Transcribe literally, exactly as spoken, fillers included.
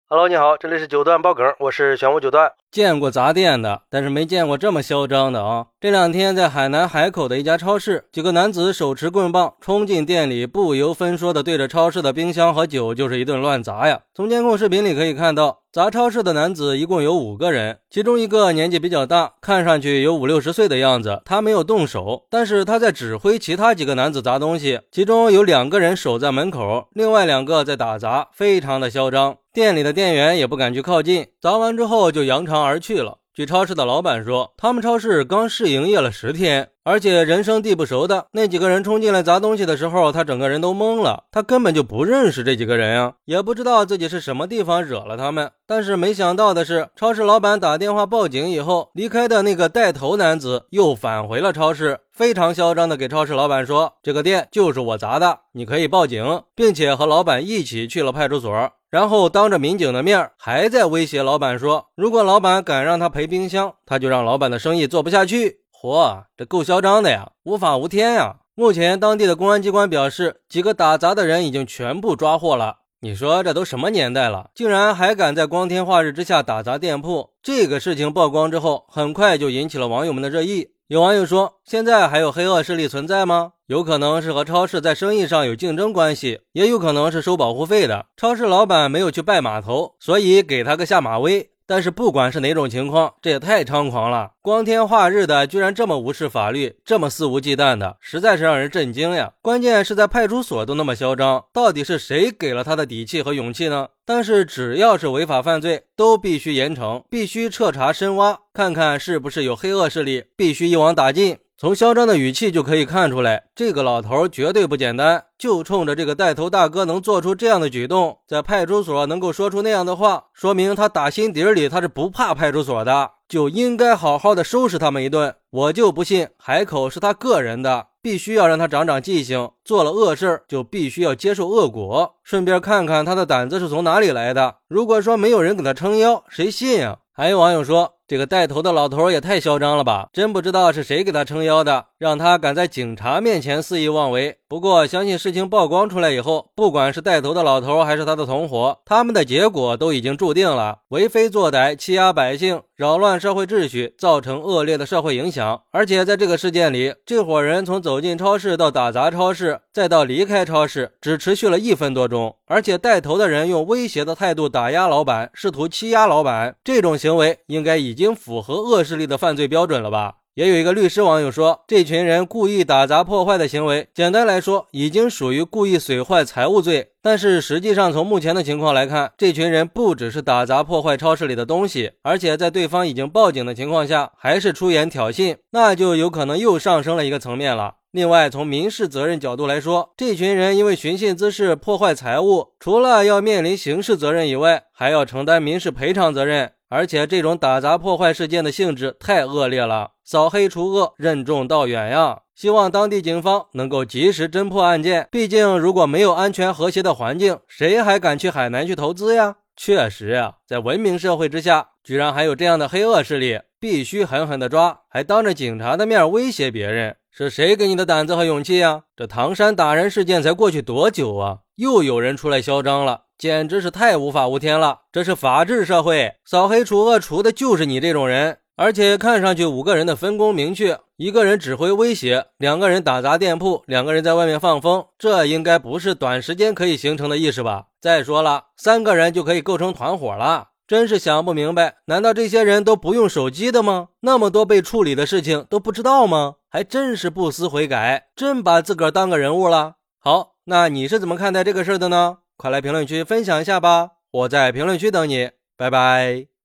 Hello， 你好，这里是九段爆梗，我是玄武九段。 见过砸店的，但是没见过这么嚣张的啊！这两天在海南海口的一家超市，几个男子手持棍棒冲进店里，不由分说的对着超市的冰箱和酒就是一顿乱砸呀。从监控视频里可以看到，砸超市的男子一共有五个人，其中一个年纪比较大，看上去有五六十岁的样子，他没有动手，但是他在指挥其他几个男子砸东西，其中有两个人守在门口，另外两个在打砸，非常的嚣张。店里的店员也不敢去靠近，砸完之后就扬长而去了。据超市的老板说，他们超市刚试营业了十天，而且人生地不熟的那几个人冲进来砸东西的时候，他整个人都懵了，他根本就不认识这几个人啊，也不知道自己是什么地方惹了他们。但是没想到的是，超市老板打电话报警以后，离开的那个带头男子又返回了超市，非常嚣张的给超市老板说，这个店就是我砸的，你可以报警，并且和老板一起去了派出所。然后当着民警的面还在威胁老板说，如果老板敢让他赔冰箱，他就让老板的生意做不下去。嚯，这够嚣张的呀，无法无天呀。目前当地的公安机关表示，几个打砸的人已经全部抓获了。你说这都什么年代了，竟然还敢在光天化日之下打砸店铺。这个事情曝光之后，很快就引起了网友们的热议。有网友说，现在还有黑恶势力存在吗？有可能是和超市在生意上有竞争关系，也有可能是收保护费的。超市老板没有去拜码头，所以给他个下马威。但是不管是哪种情况，这也太猖狂了，光天化日的居然这么无视法律，这么肆无忌惮的，实在是让人震惊呀。关键是在派出所都那么嚣张，到底是谁给了他的底气和勇气呢？但是只要是违法犯罪，都必须严惩，必须彻查深挖，看看是不是有黑恶势力，必须一网打尽。从嚣张的语气就可以看出来，这个老头绝对不简单，就冲着这个带头大哥能做出这样的举动，在派出所能够说出那样的话，说明他打心底里他是不怕派出所的，就应该好好的收拾他们一顿。我就不信海口是他个人的，必须要让他长长记性，做了恶事就必须要接受恶果。顺便看看他的胆子是从哪里来的，如果说没有人给他撑腰，谁信啊？还有网友说，这个带头的老头也太嚣张了吧，真不知道是谁给他撑腰的，让他敢在警察面前肆意妄为。不过相信事情曝光出来以后，不管是带头的老头还是他的同伙，他们的结果都已经注定了，为非作歹，欺压百姓，扰乱社会秩序，造成恶劣的社会影响。而且在这个事件里，这伙人从走进超市到打砸超市，再到离开超市，只持续了一分多钟，而且带头的人用威胁的态度打压老板，试图欺压老板，这种行为应该已经符合恶势力的犯罪标准了吧。也有一个律师网友说，这群人故意打砸破坏的行为，简单来说已经属于故意损坏财物罪。但是实际上从目前的情况来看，这群人不只是打砸破坏超市里的东西，而且在对方已经报警的情况下还是出言挑衅，那就有可能又上升了一个层面了。另外从民事责任角度来说，这群人因为寻衅滋事破坏财物，除了要面临刑事责任以外，还要承担民事赔偿责任。而且这种打砸破坏事件的性质太恶劣了，扫黑除恶，任重道远呀。希望当地警方能够及时侦破案件，毕竟如果没有安全和谐的环境，谁还敢去海南去投资呀？确实呀，在文明社会之下，居然还有这样的黑恶势力，必须狠狠的抓，还当着警察的面威胁别人，是谁给你的胆子和勇气呀？这唐山打人事件才过去多久啊，又有人出来嚣张了，简直是太无法无天了。这是法治社会，扫黑除恶除的就是你这种人。而且看上去五个人的分工明确，一个人指挥威胁，两个人打砸店铺，两个人在外面放风，这应该不是短时间可以形成的意识吧？再说了，三个人就可以构成团伙了，真是想不明白，难道这些人都不用手机的吗？那么多被处理的事情都不知道吗？还真是不思悔改，真把自个儿当个人物了。好，那你是怎么看待这个事的呢？快来评论区分享一下吧，我在评论区等你，拜拜。